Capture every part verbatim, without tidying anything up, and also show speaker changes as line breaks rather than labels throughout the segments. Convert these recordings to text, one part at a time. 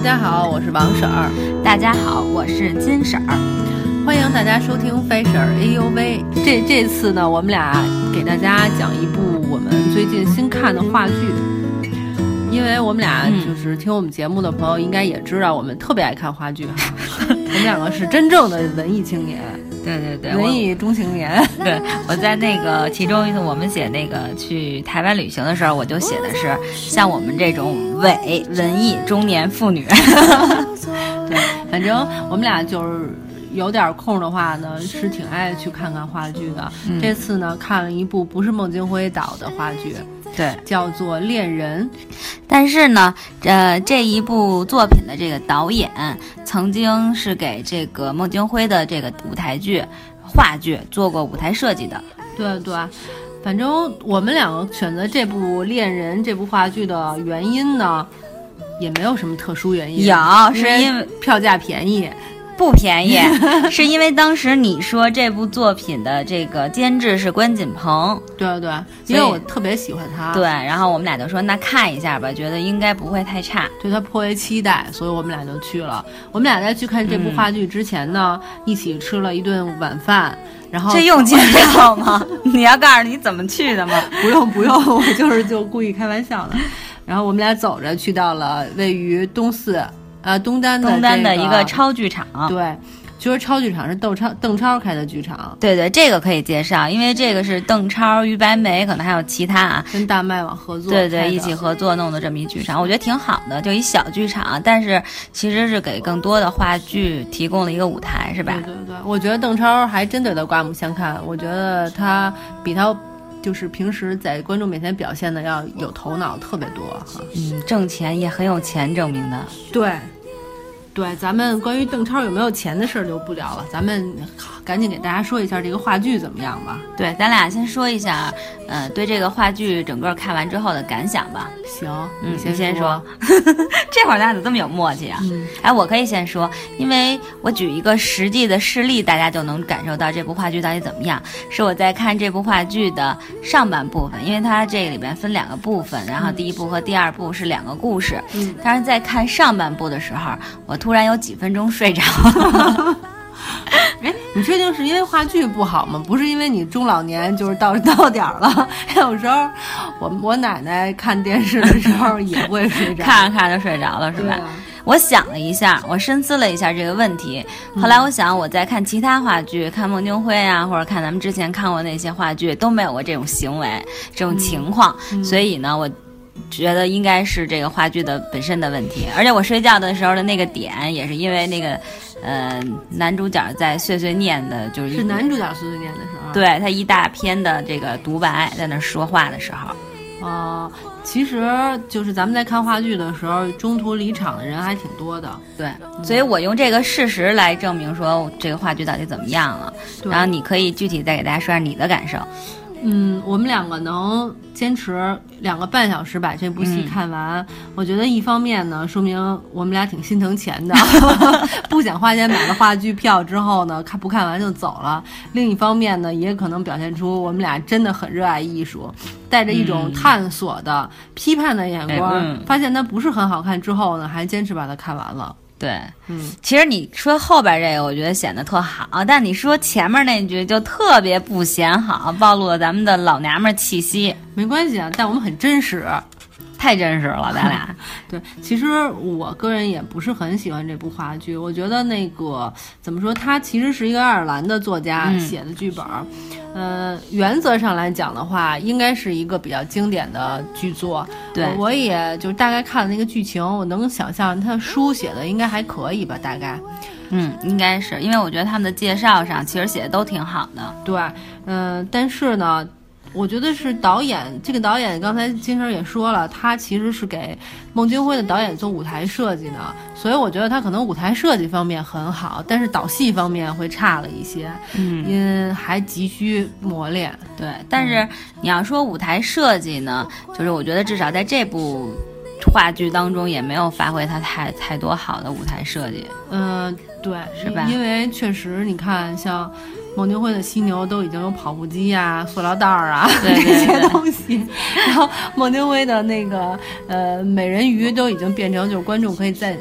家好，我是王婶儿。
大家好，我是金婶儿。
欢迎大家收听飞婶儿 A U V。这这次呢，我们俩给大家讲一部我们最近新看的话剧。因为我们俩就是听我们节目的朋友应该也知道，我们特别爱看话剧哈。我们两个是真正的文艺青年。
对对对，
文艺中青年。
对，我在那个其中一次我们写那个去台湾旅行的时候，我就写的是像我们这种伪文艺中年妇女。
对，反正我们俩就是有点空的话呢，是挺爱去看看话剧的。嗯、这次呢，看了一部不是孟京辉导的话剧。
对，
叫做《恋人》。
但是呢，呃，这一部作品的这个导演曾经是给这个孟京辉的这个舞台剧、话剧做过舞台设计的。
对对，反正我们两个选择这部《恋人》这部话剧的原因呢，也没有什么特殊原因。
有，是因为
票价便宜。
不便宜，是因为当时你说这部作品的这个监制是关锦鹏，
对对，因为我特别喜欢他，
对，然后我们俩就说那看一下吧，觉得应该不会太差，
对他颇为期待，所以我们俩就去了。我们俩在去看这部话剧之前呢，嗯、一起吃了一顿晚饭，然后
这用介绍吗？你要告诉你怎么去的吗？
不用不用，我就是就故意开玩笑的。然后我们俩走着去到了位于东四。呃，东单的、这个、
东单的一个超剧场，
对，其实超剧场是邓超邓超开的剧场，
对对，这个可以介绍，因为这个是邓超、于白眉，可能还有其他啊，
跟大麦网合作，
对对，一起合作弄的这么一剧场，我觉得挺好的，就一小剧场，但是其实是给更多的话剧提供了一个舞台，是吧？
对对对，我觉得邓超还真得的刮目相看，我觉得他比他。就是平时在观众面前表现的要有头脑特别多哈，
嗯，挣钱也很有钱证明的。
对，对，咱们关于邓超有没有钱的事儿就不聊了，咱们赶紧给大家说一下这个话剧怎么样吧。
对，咱俩先说一下，呃，对这个话剧整个看完之后的感想吧。
行，
嗯，
你先说。
这会儿咱俩怎么这么有默契啊？嗯，哎，我可以先说，因为我举一个实际的事例，大家就能感受到这部话剧到底怎么样。是我在看这部话剧的上半部分，因为它这里边分两个部分，然后第一部和第二部是两个故事。嗯，但是在看上半部的时候，我突然有几分钟睡着了。
哎，你确定是因为话剧不好吗？不是因为你中老年就是到到点儿了？有时候我我奶奶看电视的时候也会睡着，
看着看着睡着了，是吧？啊、我想了一下，我深思了一下这个问题。后来我想，我在看其他话剧，看孟京辉啊，或者看咱们之前看过那些话剧，都没有过这种行为、这种情况，嗯、所以呢，我。觉得应该是这个话剧的本身的问题，而且我睡觉的时候的那个点也是因为那个，呃，男主角在碎碎念的，就是
是男主角碎碎念的时候，
对他一大篇的这个独白在那说话的时候，
哦、呃，其实就是咱们在看话剧的时候，中途离场的人还挺多的，
对，所以我用这个事实来证明说这个话剧到底怎么样了，然后你可以具体再给大家说下你的感受。
嗯，我们两个能坚持两个半小时把这部戏看完，嗯、我觉得一方面呢，说明我们俩挺心疼钱的，不想花钱买了话剧票之后呢，看不看完就走了。另一方面呢，也可能表现出我们俩真的很热爱艺术，带着一种探索的、嗯、批判的眼光，嗯、发现它不是很好看之后呢，还坚持把它看完了。
对，嗯，其实你说后边这个，我觉得显得特好，但你说前面那句就特别不显好，暴露了咱们的老娘们气息。
没关系啊，但我们很真实，
太真实了，咱俩。
对，其实我个人也不是很喜欢这部话剧，我觉得那个怎么说，它其实是一个爱尔兰的作家写的剧本。嗯呃，原则上来讲的话，应该是一个比较经典的剧作。
对，
我也就大概看了那个剧情，我能想象他书写的应该还可以吧，大概。
嗯，应该是，因为我觉得他们的介绍上其实写的都挺好的。
对，嗯、呃，但是呢。我觉得是导演，这个导演刚才金生也说了，他其实是给孟京辉的导演做舞台设计的，所以我觉得他可能舞台设计方面很好，但是导戏方面会差了一些，嗯，因还急需磨练。
对，但是你要说舞台设计呢，就是我觉得至少在这部话剧当中也没有发挥他太太多好的舞台设计。
嗯、呃，对，
是吧？
因为确实你看像。孟京辉的犀牛都已经有跑步机啊、塑料袋儿啊
对对对
这些东西，然后孟京辉的那个呃美人鱼都已经变成就是观众可以在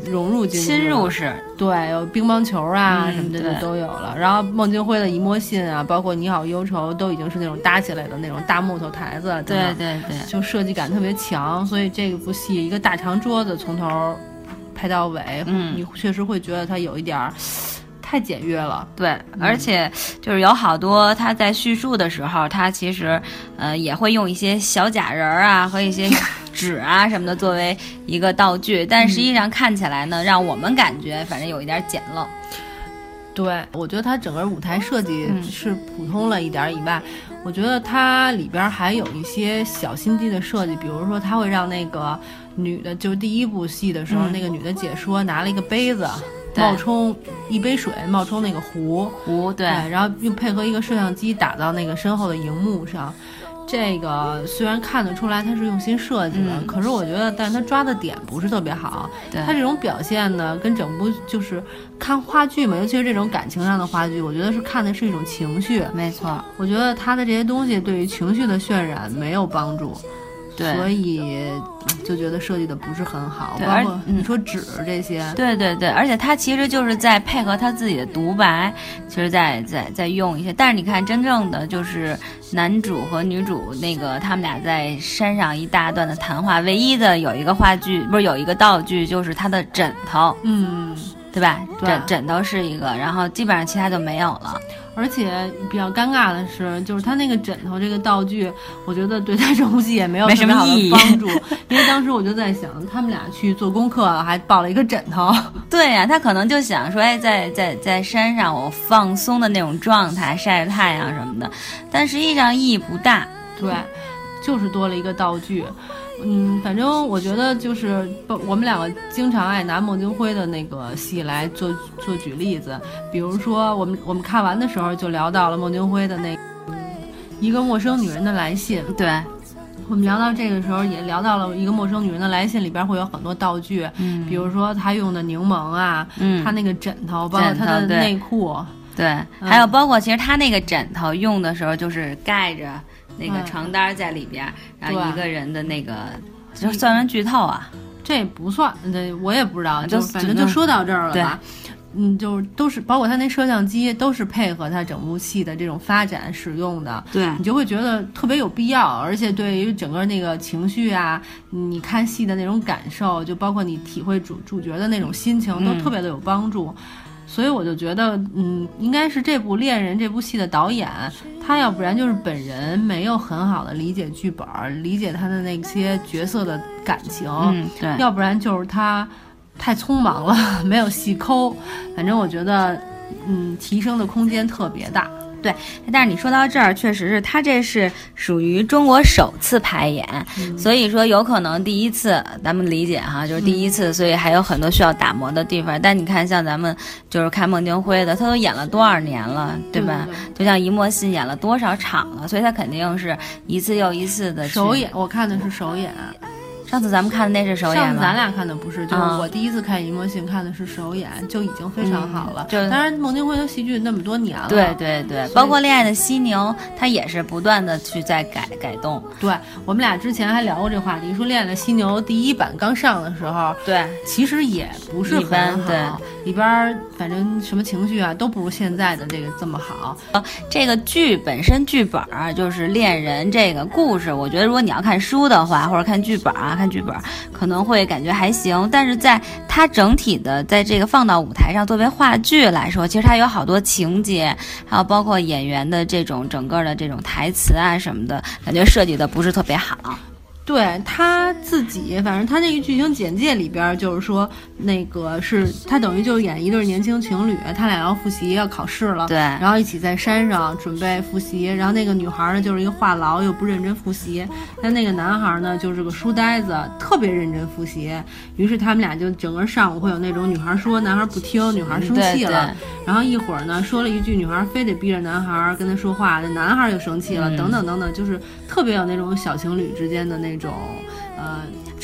融入进去，
侵入式，
对，有乒乓球啊、
嗯、
什么的就都有了。然后孟京辉的一墨信啊，包括你好忧愁，都已经是那种搭起来的那种大木头台子，
对对对，
就设计感特别强。所以这部戏一个大长桌子从头拍到尾，
嗯，
你确实会觉得它有一点太简约了。
对、嗯，而且就是有好多他在叙述的时候，他其实呃也会用一些小假人啊和一些纸啊什么的作为一个道具，但实际上看起来呢，嗯、让我们感觉反正有一点简陋。
对，我觉得它整个舞台设计是普通了一点以外，嗯、我觉得它里边还有一些小心机的设计，比如说它会让那个女的，就第一部戏的时候，嗯、那个女的解说拿了一个杯子。冒充一杯水，冒充那个壶
壶，对，
对，然后又配合一个摄像机打到那个身后的荧幕上。这个虽然看得出来它是用心设计的，
嗯、
可是我觉得，但是它抓的点不是特别好。
对，
它这种表现呢，跟整部就是看话剧嘛，尤其是这种感情上的话剧，我觉得是看的是一种情绪。
没错，
我觉得它的这些东西对于情绪的渲染没有帮助。
对，
所以就觉得设计的不是很好，
对，
包括你说纸这些，
对对对，而且他其实就是在配合他自己的独白，其实在在在用一些，但是你看真正的就是男主和女主那个他们俩在山上一大段的谈话，唯一的有一个话剧不是有一个道具就是他的枕头，
嗯，
对吧？
对，
枕枕头是一个，然后基本上其他就没有了。
而且比较尴尬的是，就是他那个枕头这个道具，我觉得对他这部戏也没有
什么意义
帮助。因为当时我就在想，他们俩去做功课还抱了一个枕头。
对呀、啊，他可能就想说，哎，在在在山上我放松的那种状态，晒晒太阳什么的，但实际上意义不大。
对，就是多了一个道具。嗯，反正我觉得就是我们两个经常爱拿孟京辉的那个戏来做做举例子，比如说我们我们看完的时候就聊到了孟京辉的那个、嗯、一个陌生女人的来信。
对，
我们聊到这个时候也聊到了一个陌生女人的来信里边会有很多道具，
嗯，
比如说他用的柠檬啊，
嗯，
他那个枕头，包括他的内裤，
对，嗯、还有包括其实他那个枕头用的时候就是盖着。那个床单在里边、嗯，然后一个人的那个，就算完剧透啊？
这不算，这我也不知道，就反正就说到这儿了吧。嗯，就都是包括他那摄像机都是配合他整部戏的这种发展使用的，
对，
你就会觉得特别有必要，而且对于整个那个情绪啊，你看戏的那种感受，就包括你体会主主角的那种心情，都特别的有帮助。嗯，所以我就觉得，嗯，应该是这部《恋人》这部戏的导演，他要不然就是本人没有很好的理解剧本，理解他的那些角色的感情，
嗯，对，
要不然就是他太匆忙了，没有细抠。反正我觉得，嗯，提升的空间特别大。
对，但是你说到这儿，确实是他这是属于中国首次排演、嗯，所以说有可能第一次咱们理解哈，就是第一次、嗯，所以还有很多需要打磨的地方。但你看，像咱们就是看孟京辉的，他都演了多少年了，对吧？
对对对，
就像一墨戏演了多少场了，所以他肯定是一次又一次的
首演。我看的是首演。
上次咱们看的那是首演吗？
上次咱俩看的不是，就是我第一次看一墨信看的是首演、嗯，就已经非常好了。
就
当然，孟京辉的戏剧那么多年了，
对对对，包括《恋爱的犀牛》，他也是不断的去在改改动。
对，我们俩之前还聊过这话题，说《恋爱的犀牛》第一版刚上的时候，
对，
其实也不是很好，
对，
里边反正什么情绪啊都不如现在的这个这么好。
这个剧本身剧本就是恋人这个故事，我觉得如果你要看书的话，或者看剧本啊，看剧本。可能会感觉还行，但是在它整体的在这个放到舞台上作为话剧来说，其实它有好多情节，还有包括演员的这种整个的这种台词啊什么的，感觉设计的不是特别好。
对他自己，反正他那个剧情简介里边就是说，那个是他等于就演一对年轻情侣，他俩要复习要考试了，
对，
然后一起在山上准备复习，然后那个女孩呢就是一个话痨又不认真复习，但那个男孩呢就是个书呆子，特别认真复习，于是他们俩就整个上午会有那种女孩说男孩不听，女孩生气了，
对对，
然后一会儿呢说了一句，女孩非得逼着男孩跟他说话，那男孩又生气了，
嗯、
等等等等，就是特别有那种小情侣之间的那种。这种呃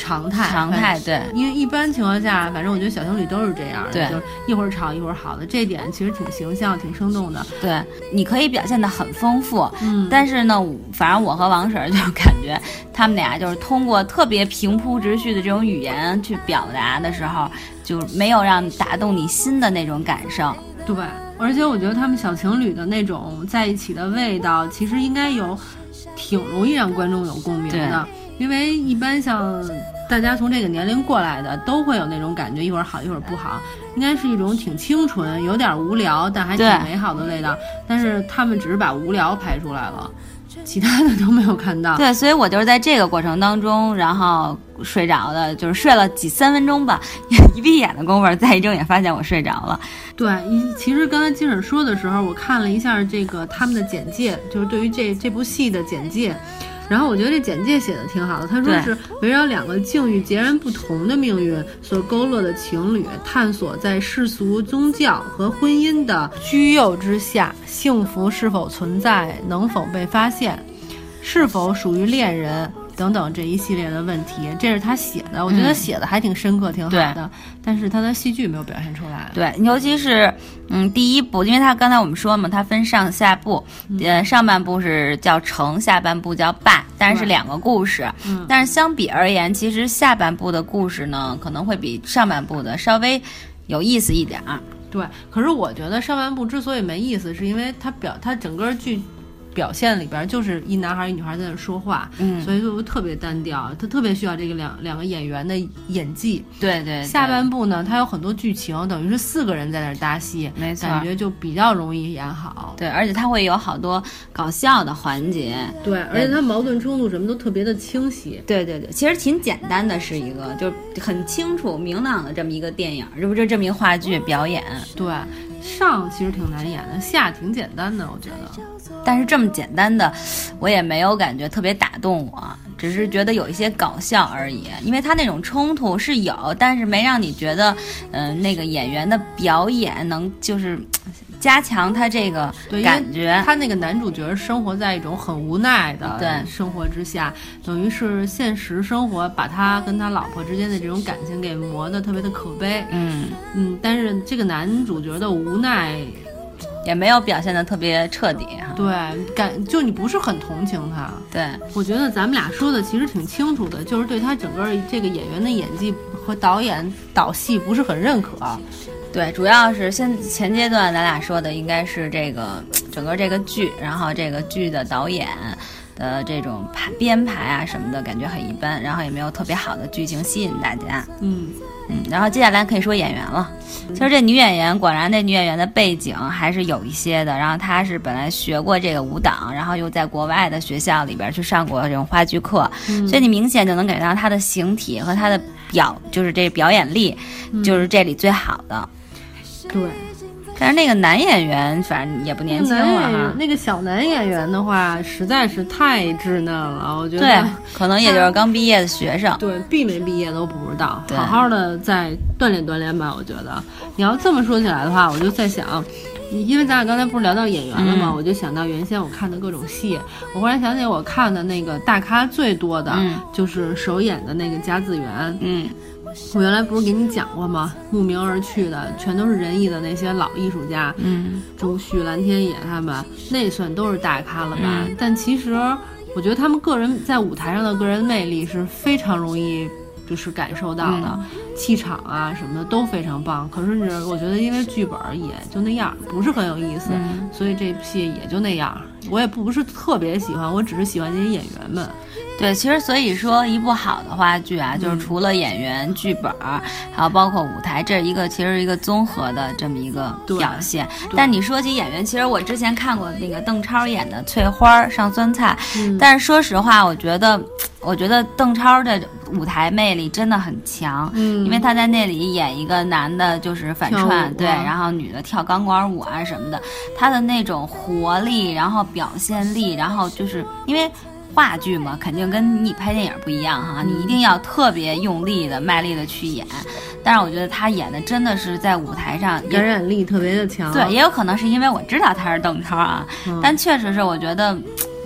常态，
常态对，
因为一般情况下，反正我觉得小情侣都是这样的，
对，
就是一会儿吵一会儿好的，这点其实挺形象、挺生动的。
对，你可以表现得很丰富，
嗯，
但是呢，反正我和王婶就感觉他们俩就是通过特别平铺直叙的这种语言去表达的时候，就没有让打动你心的那种感受。
对，而且我觉得他们小情侣的那种在一起的味道，其实应该有挺容易让观众有共鸣的。因为一般像大家从这个年龄过来的都会有那种感觉，一会儿好一会儿不好，应该是一种挺清纯有点无聊但还挺美好的味道，但是他们只是把无聊拍出来了，其他的都没有看到。
对，所以我就是在这个过程当中然后睡着的，就是睡了几三分钟吧，一闭眼的功夫再一睁眼发现我睡着了。
对，其实刚才金婶说的时候，我看了一下这个他们的简介，就是对于这这部戏的简介，然后我觉得这简介写的挺好的，他说是围绕两个境遇截然不同的命运所勾勒的情侣，探索在世俗宗教和婚姻的居囿之下，幸福是否存在，能否被发现，是否属于恋人等等这一系列的问题，这是他写的，我觉得写的还挺深刻、嗯、挺好的，但是他的戏剧没有表现出来。
对，尤其是嗯第一部，因为他刚才我们说嘛，他分上下部，呃、嗯、上半部是叫成，下半部叫败，但是是两个故事。嗯，但是相比而言，其实下半部的故事呢，可能会比上半部的稍微有意思一点。
对，可是我觉得上半部之所以没意思，是因为他表他整个剧表现里边就是一男孩一女孩在那说话，嗯，所以就特别单调，他特别需要这个两两个演员的演技。
对 对, 对，
下半部呢，他有很多剧情，等于是四个人在那儿搭戏，
没错，
感觉就比较容易演好。
对，而且他会有好多搞笑的环节。
对，而且他矛盾冲突什么都特别的清晰。
对对对，其实挺简单的，是一个就很清楚明朗的这么一个电影，这不就这么一个话剧表演。
对，上其实挺难演的，下挺简单的，我觉得。
但是这么简单的我也没有感觉特别打动我，只是觉得有一些搞笑而已，因为他那种冲突是有，但是没让你觉得嗯、呃，那个演员的表演能就是加强他这个感觉。
他那个男主角生活在一种很无奈的生活之下，等于是现实生活把他跟他老婆之间的这种感情给磨得特别的可悲。
嗯
嗯，但是这个男主角的无奈
也没有表现得特别彻底哈。
对，感就你不是很同情他。
对，
我觉得咱们俩说的其实挺清楚的，就是对他整个这个演员的演技和导演导戏不是很认可。
对，主要是先前阶段咱俩说的应该是这个整个这个剧，然后这个剧的导演的这种排编排啊什么的感觉很一般，然后也没有特别好的剧情吸引大家。
嗯
嗯，然后接下来可以说演员了。其实这女演员果然，这女演员的背景还是有一些的。然后她是本来学过这个舞蹈，然后又在国外的学校里边去上过这种话剧课，嗯、所以你明显就能感觉到她的形体和她的表，就是这表演力，就是这里最好的。
对。
但是那个男演员反正也不年轻了哈，
那个小男演员的话实在是太稚嫩了，我觉得。
对，可能也就是刚毕业的学生。
对，毕没毕业都不知道，好好的再锻炼锻炼吧。我觉得你要这么说起来的话，我就在想，因为咱俩刚才不是聊到演员了吗？嗯、我就想到原先我看的各种戏，我忽然想起我看的那个大咖最多的、嗯、就是首演的那个甲子园。
嗯。
我原来不是给你讲过吗？慕名而去的全都是仁义的那些老艺术家，
嗯，
周旭、蓝天野他们，那算都是大咖了吧？
嗯、
但其实我觉得他们个人在舞台上的个人魅力是非常容易就是感受到的，
嗯、
气场啊什么的都非常棒。可是我觉得因为剧本也就那样，不是很有意思，
嗯、
所以这部戏也就那样。我也不是特别喜欢，我只是喜欢这些演员们。
对，其实所以说一部好的话剧啊，就是除了演员、嗯、剧本，还有包括舞台，这是一个其实是一个综合的这么一个表现。但你说起演员，其实我之前看过那个邓超演的《翠花上酸菜》，嗯、但是说实话，我觉得，我觉得邓超的舞台魅力真的很强，
嗯，
因为他在那里演一个男的，就是反串，对，然后女的跳钢管舞啊什么的，他的那种活力，然后表现力，然后就是因为。话剧嘛，肯定跟你拍电影不一样哈，你一定要特别用力的、卖力的去演。但是我觉得他演的真的是在舞台上
感染力特别的强。
对，也有可能是因为我知道他是邓超啊，嗯、但确实是我觉得我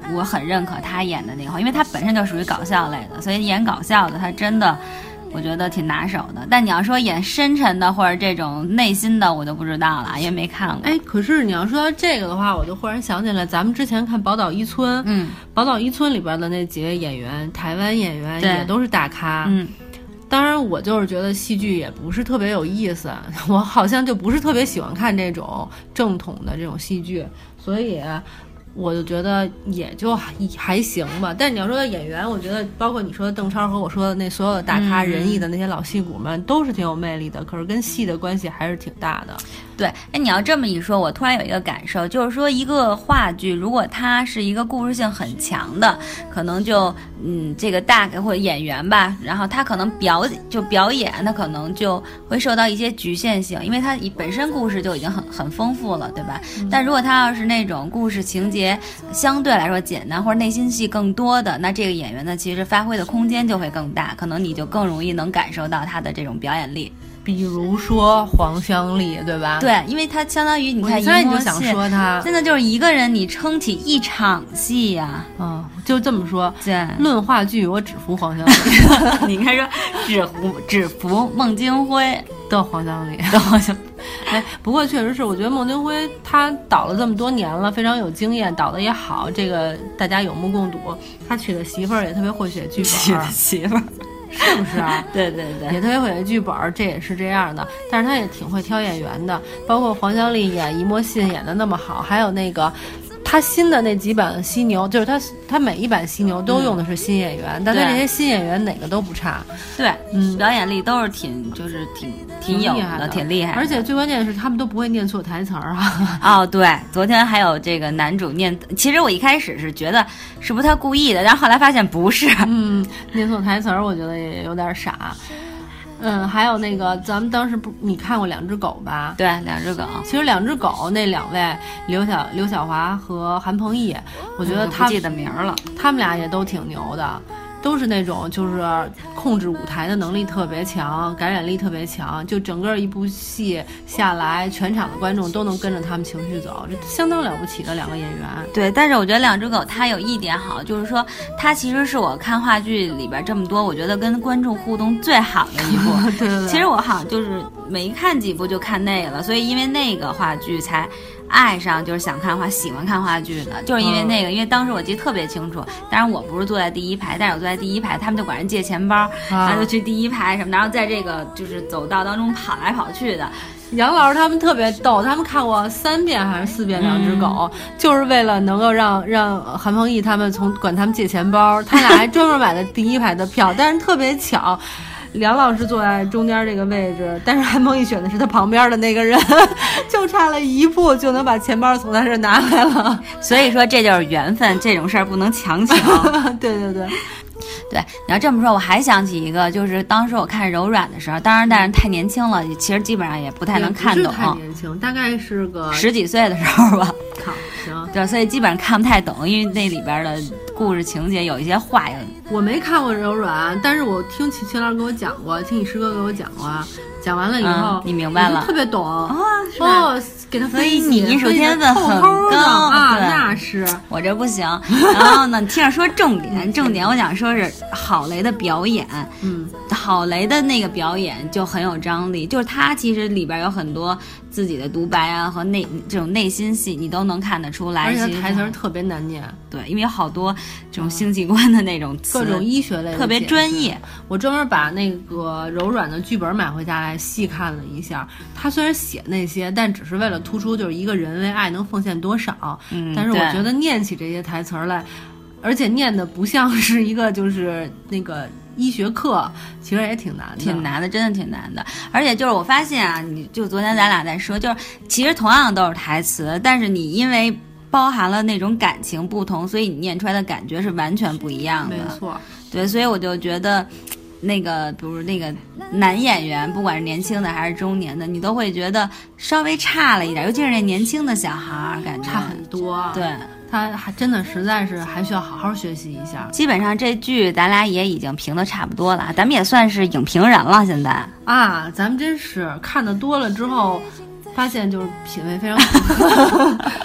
我很认可他演的那个，因为他本身就属于搞笑类的，所以演搞笑的他真的我觉得挺拿手的。但你要说演深沉的或者这种内心的，我就不知道了，因为没看过。
哎，可是你要说到这个的话，我就忽然想起来，咱们之前看《宝岛一村》，
嗯，
《宝岛一村》里边的那几位演员，台湾演员也都是大咖，
嗯。
当然，我就是觉得戏剧也不是特别有意思，我好像就不是特别喜欢看这种正统的这种戏剧，所以我就觉得也就还还行吧。但你要说的演员，我觉得包括你说的邓超和我说的那所有的大咖、仁义的那些老戏骨们，都是挺有魅力的，可是跟戏的关系还是挺大的。
对，哎，你要这么一说，我突然有一个感受，就是说一个话剧，如果它是一个故事性很强的，可能就嗯，这个大概或者演员吧，然后他可能表就表演，他可能就会受到一些局限性，因为他本身故事就已经很很丰富了，对吧？嗯、但如果他要是那种故事情节相对来说简单或者内心戏更多的，那这个演员呢，其实发挥的空间就会更大，可能你就更容易能感受到他的这种表演力。
比如说黄香丽，对吧？
对，因为他相当于你看，
现在你就想说他
真的就是一个人，你撑起一场戏呀、
啊。嗯，就这么说。
对，
论话剧，我只服黄香丽。
你应该说只服只服孟京辉
的黄香丽，
的黄香。
哎，不过确实是，我觉得孟京辉他导了这么多年了，非常有经验，导的也好，这个大家有目共睹。他娶的媳妇儿也特别会写剧本，
娶的媳妇儿。
是不是啊？
对对对，
也特别会写剧本，这也是这样的。但是他也挺会挑演员的，包括黄香丽演姨莫信演的那么好，还有那个他新的那几版犀牛，就是他他每一版犀牛都用的是新演员，嗯、但他这些新演员哪个都不差。
对，嗯，表演力都是挺就是挺挺有的，挺厉害的。
而且最关键的是他们都不会念错台词儿啊。
哦，对，昨天还有这个男主念，其实我一开始是觉得是不是他故意的，但是后来发现不是。
嗯，念错台词儿，我觉得也有点傻。嗯，还有那个，咱们当时不，你看过《两只狗》吧？
对，《两只狗》。
其实《两只狗》那两位刘晓刘晓华和韩鹏毅，我觉得他、
嗯、不记得名了，
他们俩也都挺牛的。都是那种就是控制舞台的能力特别强，感染力特别强，就整个一部戏下来，全场的观众都能跟着他们情绪走，这相当了不起的两个演员。
对，但是我觉得《两只狗》它有一点好，就是说它其实是我看话剧里边这么多，我觉得跟观众互动最好的一部。
对对对。
其实我好像就是没看几部就看那个了，所以因为那个话剧才爱上，就是想看话喜欢看话剧的，就是因为那个、嗯、因为当时我记得特别清楚，当然我不是坐在第一排，但是我坐在第一排，他们就管人借钱包、啊、然后就去第一排什么，然后在这个就是走道当中跑来跑去的。
杨老师他们特别逗，他们看过三遍还是四遍《两只狗》，嗯、就是为了能够让让韩鹏毅他们从管他们借钱包，他俩还专门买的第一排的票，但是特别巧。梁老师坐在中间这个位置，但是韩鹏毅选的是他旁边的那个人，就差了一步就能把钱包从他这拿来了。
所以说这就是缘分，这种事儿不能强求。
对对对。
对，你要这么说，我还想起一个，就是当时我看柔软的时候，当然但是太年轻了，其实基本上也不太能看懂。
太年轻，大概是个
十几岁的时候吧。
好，行。
对，所以基本上看不太懂，因为那里边的故事情节有一些话呀。
我没看过柔软，但是我听秦秦老师给我讲过，听你师哥给我讲过，讲完了以后，
嗯、你明白了，
特别懂
哦，
是吧？哦，给他分析，
所以你艺术天分很高
啊，那是
我这不行。然后呢，听着说重点，重点我想说是郝蕾的表演，
嗯，
郝蕾的那个表演就很有张力，就是他其实里边有很多自己的独白啊和内这种内心戏，你都能看得出来，
而且台词特别难念，
对，因为有好多这种性器官的那种词，
各种医学类的
特别专业。
我专门把那个柔软的剧本买回家来细看了一下，他虽然写那些，但只是为了突出就是一个人为爱能奉献多少，
嗯，
但是我觉得念起这些台词来，而且念的不像是一个就是那个医学课，其实也挺难的，
挺难的，真的挺难的。而且就是我发现啊，你就昨天咱俩在说，就是其实同样都是台词，但是你因为包含了那种感情不同，所以你念出来的感觉是完全不一样的。
没错，
对，所以我就觉得那个比如那个男演员，不管是年轻的还是中年的，你都会觉得稍微差了一点，尤其是那年轻的小孩，感觉
差很多。
对，
他还真的实在是还需要好好学习一下。
基本上这剧咱俩也已经评的差不多了，咱们也算是影评人了。现在
啊，咱们真是看的多了之后，发现就是品味非常好。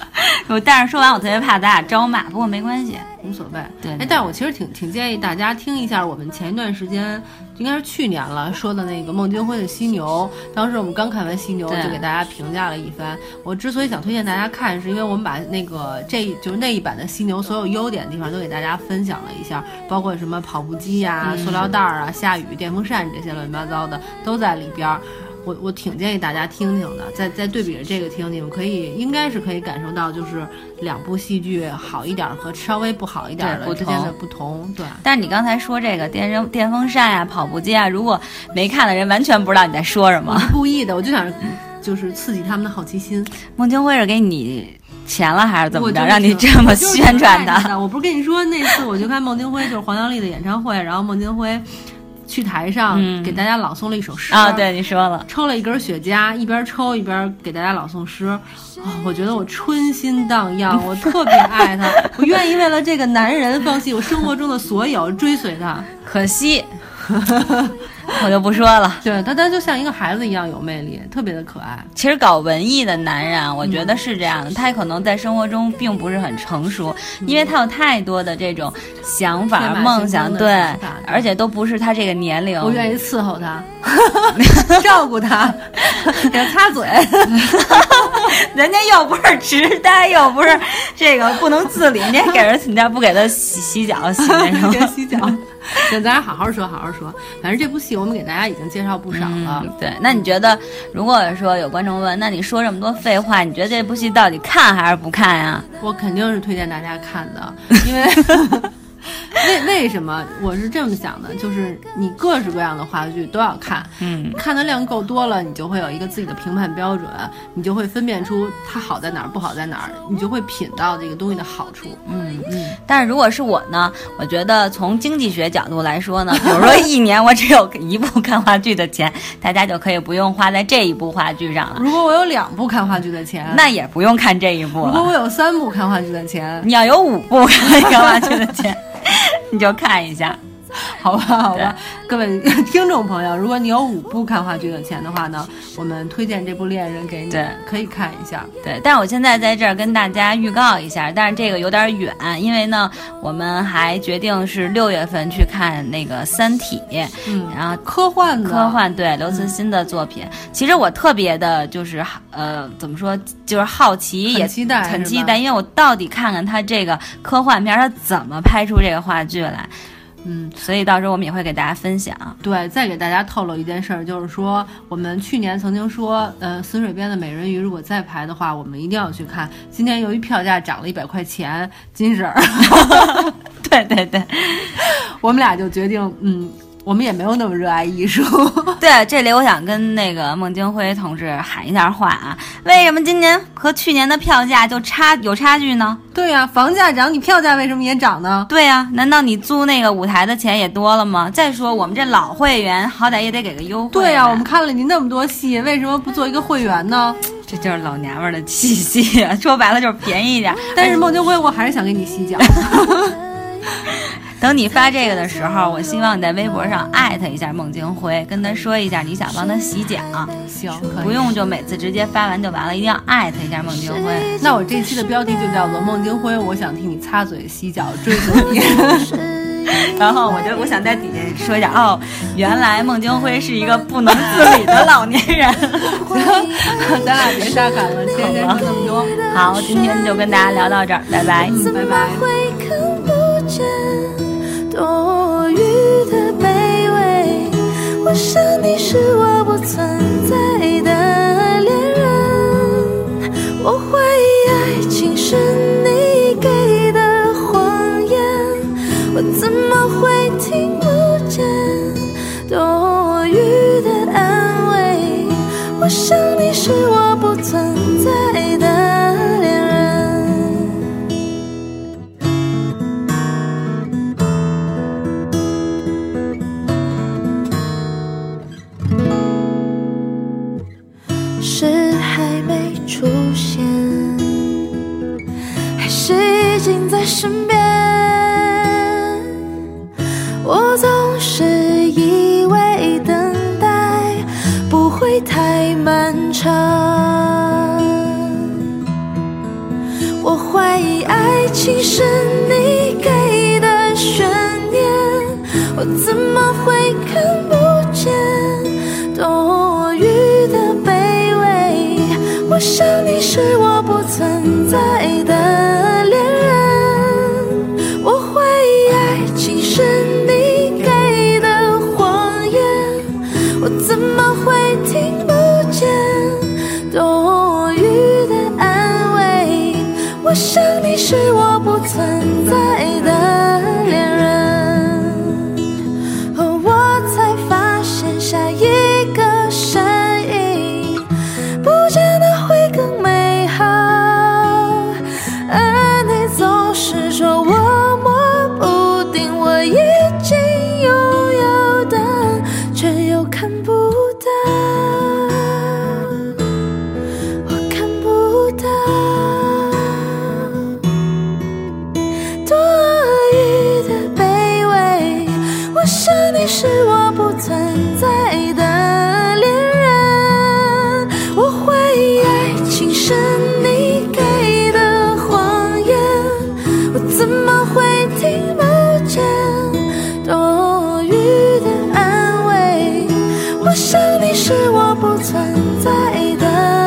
我但是说完我特别怕咱俩招骂，不过没关系，
无所谓。
对，
哎，但是我其实挺挺建议大家听一下我们前一段时间，应该是去年了说的那个孟京辉的《犀牛》，当时我们刚看完《犀牛》就给大家评价了一番。我之所以想推荐大家看，是因为我们把那个这就是那一版的《犀牛》所有优点的地方都给大家分享了一下，包括什么跑步机呀、啊、塑料袋啊、下雨、电风扇这些乱七八糟的都在里边。我我挺建议大家听听的，再再对比着这个听，你们可以应该是可以感受到，就是两部戏剧好一点和稍微不好一点的之间的不同。对，
但是你刚才说这个电电风扇呀、啊、跑步机啊，如果没看的人完全不知道你在说什么。
我是故意的，我就想就是刺激他们的好奇心。
孟京辉是给你钱了还是怎么着，让你这么宣传的？
我, 我不是跟你说那次我就看孟京辉就是黄杨丽的演唱会，然后孟京辉去台上给大家朗诵了一首诗、
嗯、啊，对，你说了，
抽了一根雪茄，一边抽一边给大家朗诵诗、哦、我觉得我春心荡漾，我特别爱他，我愿意为了这个男人放弃我生活中的所有，追随他。
可惜我就不说了。
对，他他就像一个孩子一样有魅力，特别的可爱。
其实搞文艺的男人我觉得是这样的、嗯、他可能在生活中并不是很成熟、嗯、因为他有太多的这种想法梦想，对，而且都不是他这个年龄。
我愿意伺候他照顾他给他擦嘴
人家又不是痴呆，又不是这个不能自理，你还给人人家不给他洗洗脚洗那种
给他洗脚行，咱好好说好好说，反正这部戏我们给大家已经介绍不少了、
嗯、对，那你觉得如果说有观众问，那你说这么多废话，你觉得这部戏到底看还是不看呀？
我肯定是推荐大家看的，因为为为什么我是这么想的，就是你各式各样的话剧都要看，
嗯，
看的量够多了，你就会有一个自己的评判标准，你就会分辨出它好在哪儿不好在哪儿，你就会品到这个东西的好处。
嗯嗯。但是如果是我呢，我觉得从经济学角度来说呢，比如说一年我只有一部看话剧的钱，大家就可以不用花在这一部话剧上了。
如果我有两部看话剧的钱，
那也不用看这一部了。
如果我有三部看话剧的钱，
你要有五部看话剧的钱你就看一下，
好吧好吧。各位听众朋友，如果你有五部看话剧的钱的话呢，我们推荐这部《恋人》给你，
对，
可以看一下。
对，但是我现在在这儿跟大家预告一下，但是这个有点远，因为呢我们还决定是六月份去看那个《三体》，
嗯，
然后
科幻的
科幻，对，刘慈欣的作品、嗯、其实我特别的就是呃怎么说，就是好奇，也
期待
很期待，因为我到底看看他这个科幻片他怎么拍出这个话剧来。嗯，所以到时候我们也会给大家分享。
对，再给大家透露一件事儿，就是说我们去年曾经说，呃，泗水边的美人鱼如果再排的话，我们一定要去看。今年由于票价涨了一百块钱，金婶儿，
对对对，
我们俩就决定，嗯。我们也没有那么热爱艺术。
对，这里我想跟那个孟京辉同志喊一下话啊！为什么今年和去年的票价就差有差距呢？
对呀、啊，房价涨，你票价为什么也涨呢？
对呀、啊，难道你租那个舞台的钱也多了吗？再说我们这老会员好歹也得给个优惠。
对呀、啊，我们看了你那么多戏，为什么不做一个会员呢？
这就是老娘们的气息，说白了就是便宜一点。
但是孟京辉，我还是想给你洗脚。
等你发这个的时候，我希望你在微博上艾特一下孟京辉，跟他说一下你想帮他洗脚。
行，
不用就每次直接发完就完了，一定要艾特一下孟京辉。
那我这期的标题就叫做孟京辉，我想替你擦嘴洗脚追随你。
然后我就我想在底下说一下，哦，原来孟京辉是一个不能自理的老年人。
咱俩别瞎侃了，今天说那么多。
好，今天就跟大家聊到这儿，拜拜，
嗯、拜拜。
多余的卑微，我想你是我不存在的恋人，我怀疑爱情是你给的谎言，我怎么会听不见多余的安慰，我想你是我不存在的恋人。是还没出现，还是已经在身边？我总是以为等待不会太漫长，我情是你给的悬念，我怎么会看不见多余的卑微？我想你是我不存在的恋人，我怀疑爱情是你给的谎言，我怎么会听不见多余的安慰？我想你是我不存在的恋人，哦，我才发现下一个身影不见得会更美好，而你总是说我摸不定，我已经拥有的却又看不到，我看不到多余的卑微。我想你是我不存在的恋人，我怀疑爱情是你给的谎言，我怎么会听不见多余的安慰？我想你是我不存在的